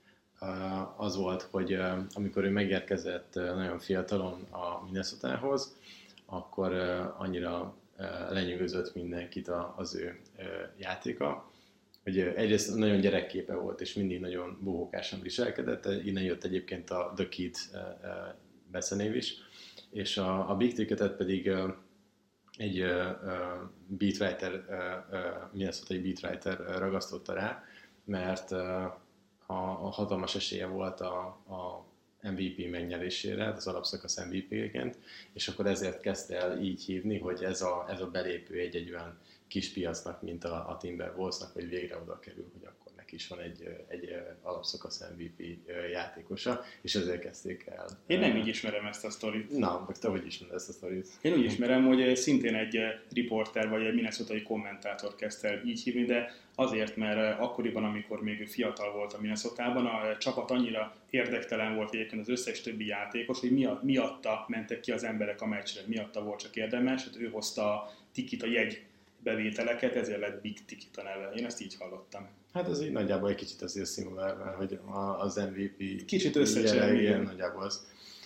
uh, az volt, hogy uh, amikor ő megérkezett uh, nagyon fiatalon a Minnesotához, akkor uh, annyira uh, lenyűgözött mindenkit a, az ő uh, játéka, hogy uh, egyrészt nagyon gyerekképe volt, és mindig nagyon bohókásan viselkedett, innen jött egyébként a The Kid uh, uh, becenév is, és a, a Big Ticketet pedig uh, egy uh, uh, beatwriter, uh, uh, minnesotai beatwriter uh, ragasztotta rá, mert uh, a, a hatalmas esélye volt a, a em vé pé megnyerésére, az alapszakasz em vé pé-ként, és akkor ezért kezdte el így hívni, hogy ez a, ez a belépő egy, egy olyan kis piacnak, mint a, a Timberwolvesnak, hogy végre oda kerül, hogy akkor neki is van egy, egy alapszakasz em vé pé játékosa, és ezért kezdték el. Én nem így ismerem ezt a sztorit. Na, meg te hogy ismered ezt a sztorit? Én úgy ismerem, hogy szintén egy riporter vagy egy minnesotai kommentátor kezdte el így hívni, de azért, mert akkoriban, amikor még ő fiatal volt a Minnesotában, a csapat annyira érdektelen volt egyébként az összes többi játékos, hogy miatta mentek ki az emberek a meccsre, miatta volt csak érdemes, hát ő hozta a tikit, a jegy bevételeket, ezért lett Big Ticket a neve. Én ezt így hallottam. Hát ez így nagyjából egy kicsit azért szimulár, mert hogy az em vé pé kicsit összecserélni. Igen, nagyjából az.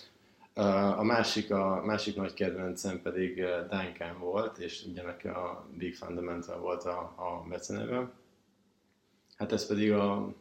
A másik, a másik nagy kedvencem pedig Duncan volt, és ugye neki a Big Fundamental volt a, a beceneve. Hát ez pedig a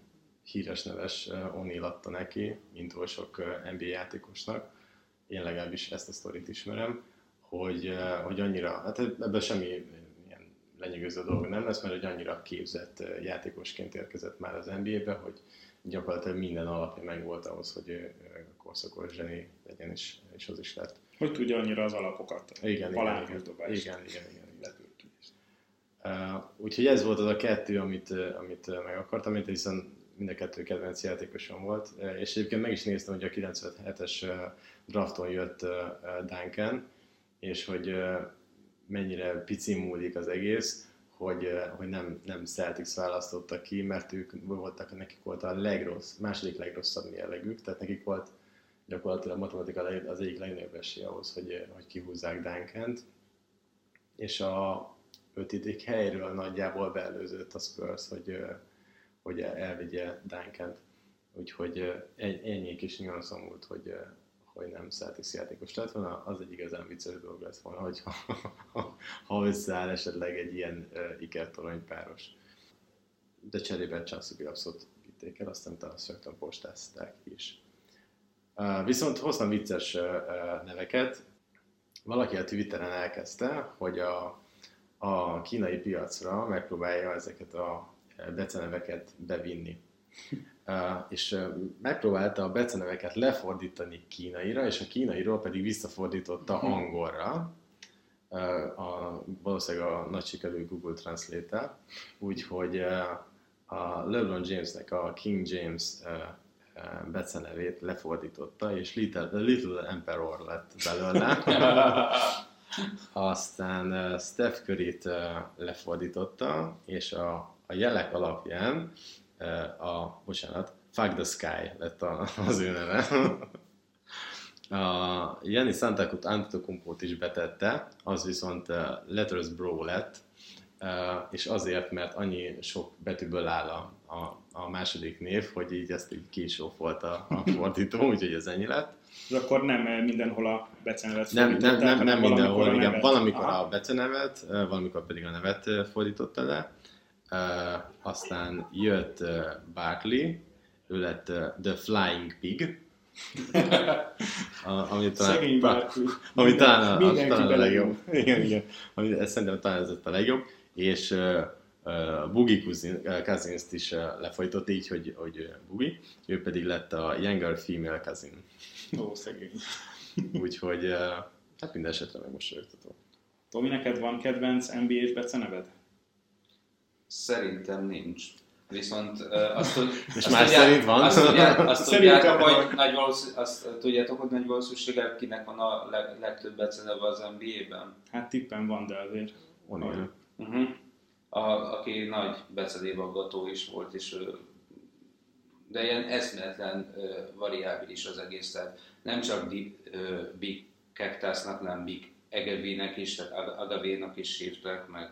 híres neves O'Neal adta neki, mint oly sok en bé á játékosnak. Én legalábbis ezt a sztorit ismerem, hogy, hogy annyira, hát ebben semmi ilyen lenyűgöző dolog nem lesz, mert hogy annyira képzett játékosként érkezett már az en bé á-be, hogy gyakorlatilag minden alapja megvolt ahhoz, hogy korszakos zseni legyen, és, és az is lett. Hogy tudja annyira az alapokat? Igen, igen, igen, igen, igen, igen, igen. Uh, úgyhogy ez volt az a kettő, amit, uh, amit uh, meg akartam, amit viszont mind a kettő kedvenc játékosom volt, uh, és egyébként meg is néztem, hogy a kilencvenhetes uh, drafton jött uh, Duncan, és hogy uh, mennyire picin múlik az egész, hogy, uh, hogy nem, nem Celtics választottak ki, mert ők voltak, nekik volt a legrossz, második legrosszabb mérlegük, tehát nekik volt gyakorlatilag matematika az egyik legnagyobb esély ahhoz, hogy, hogy kihúzzák Duncant, és a ötödik helyről nagyjából beelőzött a Spurs, hogy, hogy elvigye Duncant. Úgyhogy ennyi kis nyanszom volt, hogy, hogy nem Celtics játékos lett volna, az egy igazán vicces dolog lesz volna, hogy ha, ha összeáll esetleg egy ilyen ikertorony páros. De cserébe Chauncey Billups-ot vitték el, aztán talán rögtön postázták is. Viszont hoztam vicces neveket. Valaki a Twitteren elkezdte, hogy a a kínai piacra megpróbálja ezeket a beceneveket bevinni. Uh, és uh, megpróbálta a beceneveket lefordítani kínaira, és a kínairól pedig visszafordította angolra, uh, a, valószínűleg a nagy sikerű Google Translate-tel, úgyhogy uh, a LeBron Jamesnek a King James uh, uh, becenevét lefordította, és Little, Little Emperor lett belőle. Aztán uh, Steph Curryt uh, lefordította, és a, a jelek alapján uh, a, bocsánat, Fuck the Sky lett a, az ő neve. A Giannis Antetokounmpót is betette, az viszont uh, Letters Bro lett, uh, és azért, mert annyi sok betűből áll a, a, a második név, hogy így ezt így kisófolt a, a fordító, úgyhogy ez ennyi lett. De akkor nem mindenhol a becenevet nem, nem, nem, nem mindenhol, igen. Valamikor Aha. a becenevet, valamikor pedig a nevet fordította le. Uh, aztán jött uh, Barkley, ő lett uh, The Flying Pig. a, ami talán, Szegény Barkley. Ami talán a, talán a legjobb. Igen, igen. Ami, ez szerintem talán ez a legjobb. És uh, uh, Boogie Cousins-t is uh, lefordított így, hogy, hogy uh, Boogie. Ő pedig lett a Younger Female Cousin. Ó, szegény. Úgyhogy, uh, hát minden esetre megmosolyogtató. Tomi, neked van kedvenc en bé á-s beceneved? Szerintem nincs. Viszont uh, azt, tud, és azt más tudják, szerint van? Azt, tudják, azt, tudjátok, van. hogy nagy valószínű, azt tudjátok, hogy nagy valószínűséggel kinek van a leg, legtöbb beceneve az en bé á-ben? Hát tippen van, de azért. O'Neal. Uh-huh. A, aki nagy becenévaggató is volt, és de ilyen eszméletlen uh, variábilis az egész, tehát nem csak Big, uh, Big Cactusnak, nem Big Agavének is, tehát Agavénak is hívták meg.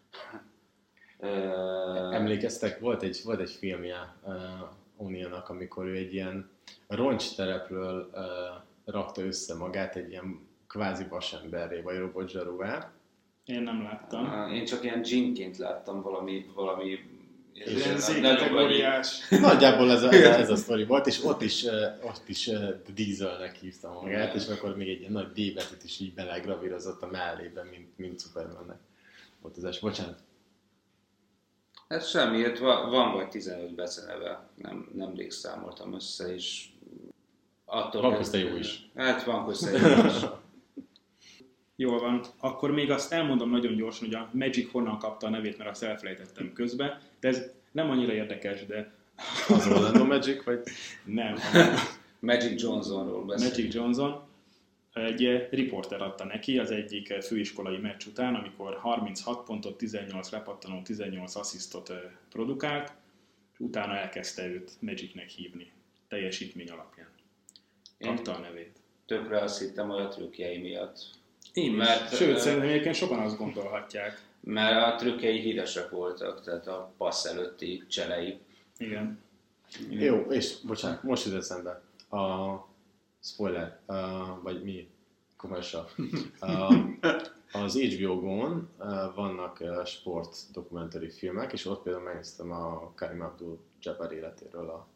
Uh, Emlékeztek, volt egy, volt egy filmje uh, O'Nealnak, amikor ő egy ilyen roncsterepről uh, rakta össze magát egy ilyen kvázi vasemberré, vagy robotzsarúvá. Én nem láttam. Uh, én csak ilyen dzsinként láttam valami, valami és ilyen Z-kategóriás. Nagyjából ez a, ez, a, ez a sztori volt, és ott is, uh, ott is uh, Dieselnek hívta magát, és akkor még egy ilyen nagy D betűt is így belegravírozott a mellében, mint, mint Supermannek. Volt az es, bocsánat. Hát semmiért, van, van vagy tizenöt beceneve, nem, nemrég számoltam össze, és attól van közte jó is. Hát van közte jó is. Jól van, akkor még azt elmondom nagyon gyorsan, hogy a Magic honnan kapta a nevét, mert azt elfelejtettem közben, de ez nem annyira érdekes, de... Az Orlando Magic, vagy? Nem. Magic Johnsonról beszélünk. Magic Johnson. Egy riporter adta neki az egyik főiskolai meccs után, amikor harminchat pontot, tizennyolc repattanó, tizennyolc asszisztot produkált, és utána elkezdte őt Magicnek hívni, teljesítmény alapján. Kapta a nevét. Tökre azt hittem, hogy a trükkjei miatt. Én mert, Sőt, uh, szerintem egyébként sokan azt gondolhatják. Mert a trükkjei híresek voltak, tehát a passz előtti cselei. Igen. Igen. Jó, és bocsánat, most jut eszembe. A spoiler, uh, vagy mi? Commercial. Uh, az há bé o Go-n uh, vannak uh, sport dokumentari filmek, és ott például megnéztem a Kareem Abdul Jabbar életéről a,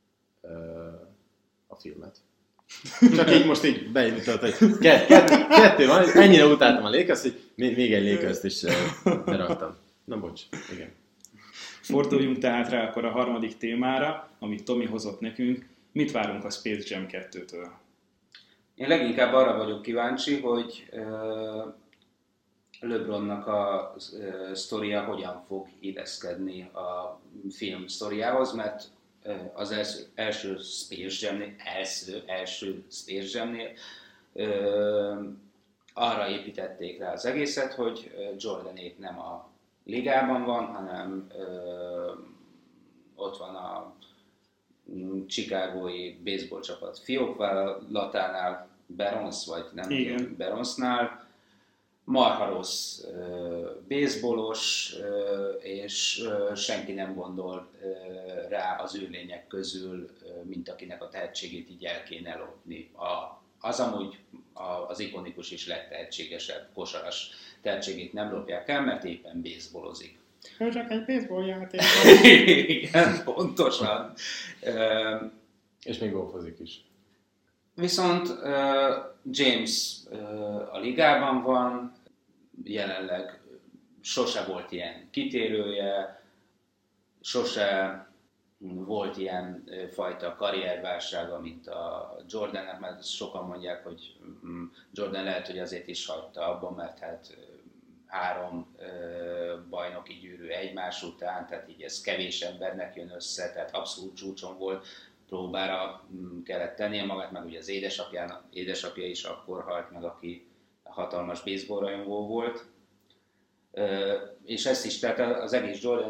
a filmet. Csak így most így beindított, hogy kettő, kettő van, ennyire utáltam a Lakers, hogy még egy Lakers-t is beraktam. Na bocs, igen. Forduljunk tehát rá akkor a harmadik témára, amit Tomi hozott nekünk. Mit várunk a Space Jam kettőtől? Én leginkább arra vagyok kíváncsi, hogy uh, LeBronnak a uh, sztoria hogyan fog illeszkedni a film sztoriához, mert uh, az első, első Space Jamnél, első, első Space Jamnél uh, arra építették rá az egészet, hogy Jordanék nem a ligában van, hanem uh, ott van a chicagói baseball csapat fiókvállalatánál, Barons, vagy nem tudom, Baronsnál, marha rossz uh, baseballos, uh, és uh, senki nem gondol uh, rá az űrlények közül, uh, mint akinek a tehetségét így el kéne lopni. A, az amúgy a, az ikonikus és legtehetségesebb kosaras tehetségét nem lopják el, mert éppen baseballozik. Ő csak egy baseball játék. Igen, pontosan. Uh, és még golfozik is. Viszont uh, James uh, a ligában van, jelenleg sose volt ilyen kitérője, sose volt ilyen uh, fajta karrierválsága, mint a Jordannek, mert sokan mondják, hogy um, Jordan lehet, hogy azért is hagyta abban, mert hát három ö, bajnoki gyűrű egymás után, tehát így ez kevés embernek jön össze, tehát abszolút csúcson volt, próbára m, kellett tennie magát, meg ugye az édesapjának, édesapja is akkor halt meg, aki hatalmas baseball rajongó volt. Ö, és ezt is, tehát az egész Jordan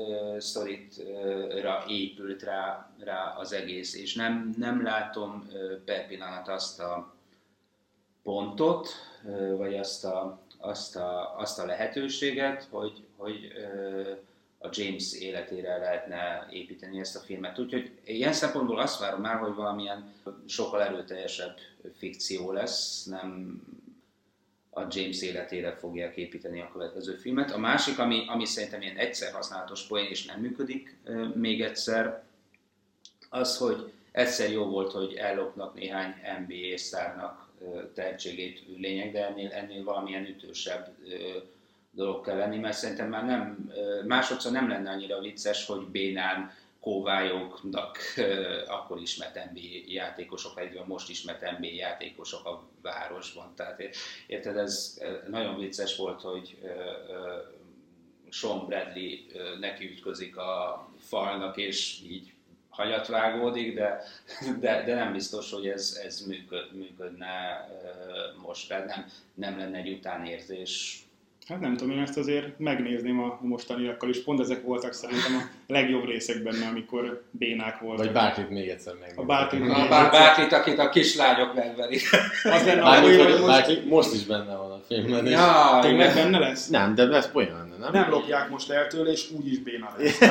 sztoritra épült rá, rá az egész, és nem, nem látom ö, per pillanat azt a pontot, ö, vagy azt a Azt a, azt a lehetőséget, hogy, hogy ö, a James életére lehetne építeni ezt a filmet. Úgyhogy ilyen szempontból azt várom el, hogy valamilyen sokkal erőteljesebb fikció lesz, nem a James életére fogják építeni a következő filmet. A másik, ami, ami szerintem ilyen egyszer használatos poén és nem működik ö, még egyszer, az, hogy egyszer jó volt, hogy ellopnak néhány en bé á sztárnak tehetségét lényeg, de ennél, ennél valamilyen ütősebb ö, dolog kell lenni, mert szerintem már nem, ö, másodszor nem lenne annyira vicces, hogy bénán kóvályoknak ö, akkor ismert en bé á játékosok, egyébként most ismert en bé á játékosok a városban. Tehát érted, ez nagyon vicces volt, hogy ö, ö, Sean Bradley ö, nekiütközik a falnak, és így hagyat vágódik, de, de, de nem biztos, hogy ez, ez működ, működne uh, most, tehát nem, nem lenne egy utánérzés. Hát nem tudom, én ezt azért megnézném a mostaniakkal is, pont ezek voltak szerintem a legjobb részek benne, amikor bénák voltak. Vagy Barkleyt még egyszer megnézni. A Barkleyt még egyszer. Barkleyt, akit a kislányok megverik. Az lenne a poén, hogy most... Barkley most is benne van a filmben. Ja, tényleg benne lesz? Nem, de ez poén lenne, nem? Nem lopják most el tőle, és úgyis béna lesz.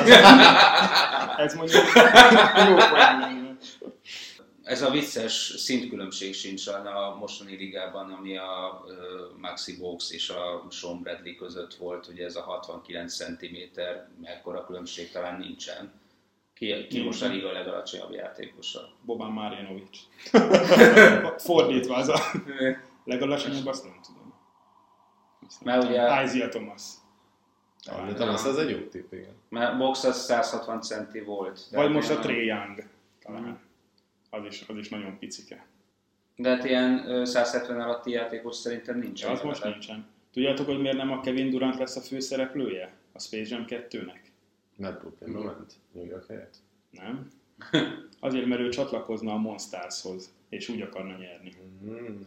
Ez mondjuk jó poén lenne. Ez a vicces szintkülönbség sincs a mostani ligában, ami a uh, Maxi Box és a Sean Bradley között volt, hogy ez a hatvankilenc centiméter, mekkora különbség talán nincsen. Ki, ki most a liga legalacsonyabb játékosa? Boban Marjanovic. Fordítva az a legalacsonyabb, azt nem tudom. Mert ugye... Isaiah Thomas. De Thomas az egy jó tipp, igen. Mert Box az száz hatvan centi volt. Vagy most a Trae Young talán. Az is, az is nagyon picike. De hát ilyen száz hetven alatti játékos szerintem nincsen. Ja, az most nincsen. Tudjátok, hogy miért nem a Kevin Durant lesz a főszereplője a Space Jam kettőnek? Mert Brooklynba ment New York helyett. Nem? Azért, mert ő csatlakozna a Monstarshoz, és úgy akarna nyerni. Mm.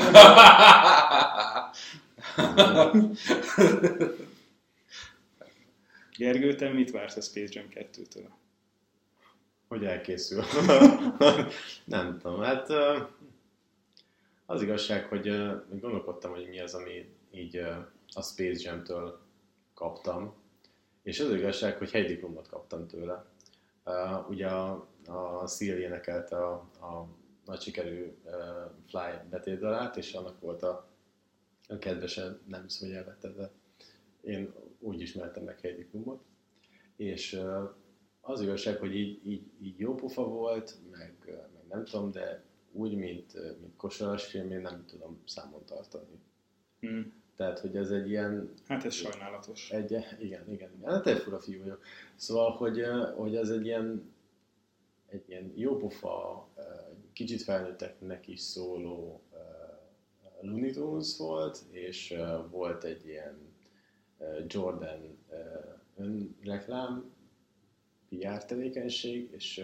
Gergő, te mit vársz a Space Jam kettőtől? Hogy elkészül. Nem tudom, hát az igazság, hogy gondolkodtam, hogy mi az, ami így a Space Jam-től kaptam, és az igazság, hogy hegydiplomot kaptam tőle. Ugye a, a Seal énekelte a, a nagy sikerű Fly betétdalát, és annak volt a, a kedvesen, nem hiszem, hogy elvetted, de én úgy ismertem meg hegydiplomot, és az igazság, hogy így, így, így jó pofa volt, meg, meg nem tudom, de úgy, mint, mint kosaras film, én nem tudom számon tartani. Hmm. Tehát, hogy ez egy ilyen... Hát ez sajnálatos. Egy, igen, igen, igen. Hát egy fura fiú vagyok. Szóval, hogy, hogy ez egy ilyen, egy ilyen jópofa, kicsit felnőtteknek is szóló Looney Tunes volt, és volt egy ilyen Jordan önreklám, pé er tevékenység, és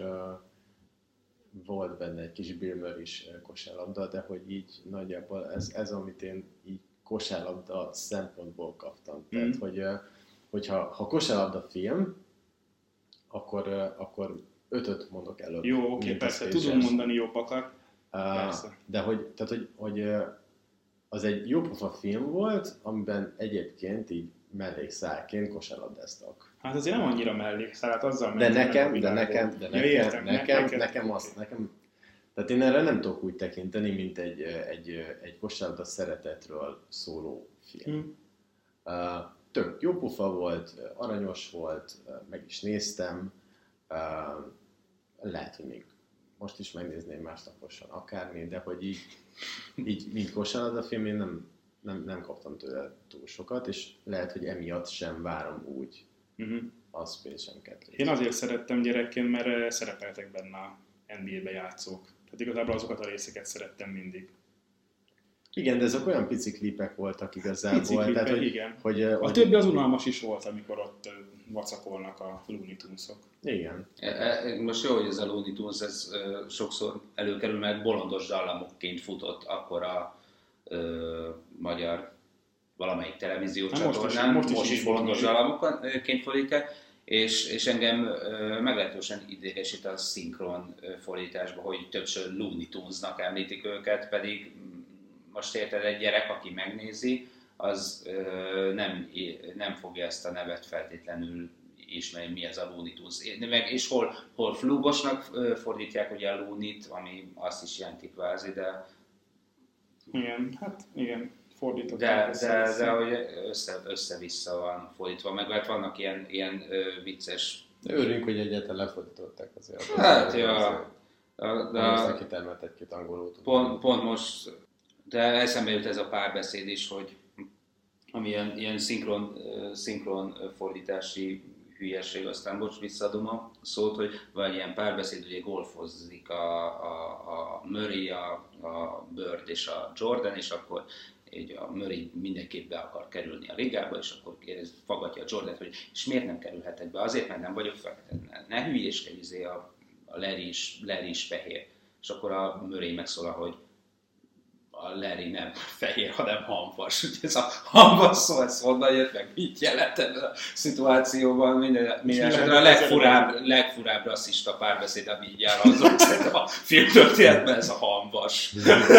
volt benne egy kis Bill Murray is kosárlabda, de hogy így nagyjából ez, ez amit én így kosárlabda szempontból kaptam. Tehát, mm. hogy hogyha ha kosárlabda film, akkor, akkor ötöt mondok előbb. Jó, oké, persze, tudunk mondani jobbakat. Uh, de hogy, tehát, hogy, hogy az egy jópofa film volt, amiben egyébként így mellékszálként kosárlabdáztak. Hát azért nem annyira mellékszál, hát azzal de nekem, de nekem, de nekem, ja, értem, nekem, nekem, nekem, okay. azt, nekem, tehát én erre nem tudok úgy tekinteni, mint egy, egy, egy kosárlabda szeretetről szóló film. Hmm. Uh, tök jó pufa volt, aranyos volt, meg is néztem, uh, lehet, hogy még most is megnézném másnaposan akármi, de hogy így, így mint kosárlabda film, én nem, nem, nem kaptam tőle túl sokat, és lehet, hogy emiatt sem várom úgy uh-huh. a Space Jam kettőt. Én azért szerettem gyerekként, mert szerepeltek benne a en bé á-be játszók. Tehát igazából azokat a részeket szerettem mindig. Igen, de ezek olyan pici klipek voltak igazából. Pici klipek, tehát, hogy, igen. Hogy, a hogy, többi az unalmas is volt, amikor ott vacakolnak a Looney Tunes-ok. Igen. Most jó, hogy ez a Looney Tunes ez sokszor előkerül, mert bolondos dallamokként futott akkor a ö, magyar valamelyik televíziócsatornán. Most, most is, is bolondos dallamokként fordítja, és, és engem ö, meglehetősen idegesít a szinkron fordításba, hogy többször Looney Tunes-nak említik őket, pedig most érted, egy gyerek, aki megnézi, az ö, nem, nem fogja ezt a nevet feltétlenül ismerni, mi ez a Looney Tunes. Meg, és hol, hol flúgosnak fordítják ugye a Looney-t, ami azt is jelenti kvázi, de... Igen, hát igen, fordították. De, de, de hogy össze, össze-vissza van fordítva, meg hát vannak ilyen, ilyen ö, vicces... Örülünk, hogy egyáltalán lefordították azért. Hát, ja. Aztán kitermelt egy-két angolót. Pont, pont most... De eszembe jut ez a párbeszéd is, hogy ami ilyen, ilyen szinkron, szinkron fordítási hülyeség, aztán bocs, visszaadom a szót, hogy van ilyen párbeszéd, ugye golfozik a, a, a Murray, a, a Bird és a Jordan, és akkor így a Murray mindenképp be akar kerülni a ligába, és akkor kérdez, fagadja a Jordan, hogy és miért nem kerülhetek be? Azért, mert nem vagyok fekete. Ne, ne hülyéskedj, izé a, a Larry is, Larry is fehér. És akkor a Murray megszólal, hogy a Larry nem fehér, hanem hamvas. Ugye ez a hamvas szó, ez honnan jött meg, mit jelent ebben a szituációban, minden, minden esetre a legfurább, legfurább rasszista párbeszéd, ami így elhangzott a filmtörténetben, ez a hamvas.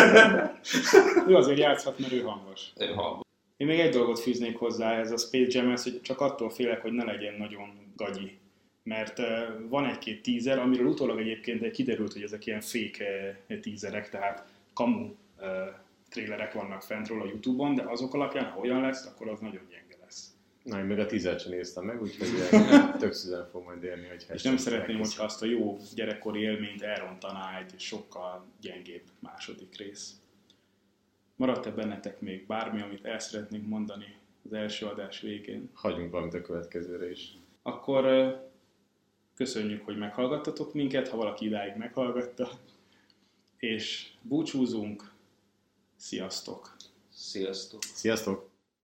Ő azért játszhat, mert ő hamvas. Ő hamvas. Én még egy dolgot fűznék hozzá ez a Space Jam-hez, hogy csak attól félek, hogy ne legyen nagyon gagyi. Mert uh, van egy-két teaser, amiről utólag egyébként kiderült, hogy ezek ilyen fake uh, teaserek, tehát kamu uh, trailerek vannak fent róla a YouTube-on, de azok alapján, ha olyan lesz, akkor az nagyon gyenge lesz. Na, én még a tízet sem néztem meg, úgyhogy tök szüzen fog majd érni, hogy és nem szeretném, hogyha azt a jó gyerekkori élményt elrontaná egy sokkal gyengébb második rész. Maradt-e bennetek még bármi, amit el szeretnénk mondani az első adás végén? Hagyjunk valamit a következőre is. Akkor uh, köszönjük, hogy meghallgattatok minket, ha valaki idáig meghallgatta, és búcsúzunk. Sziasztok! Sziasztok! Sziasztok!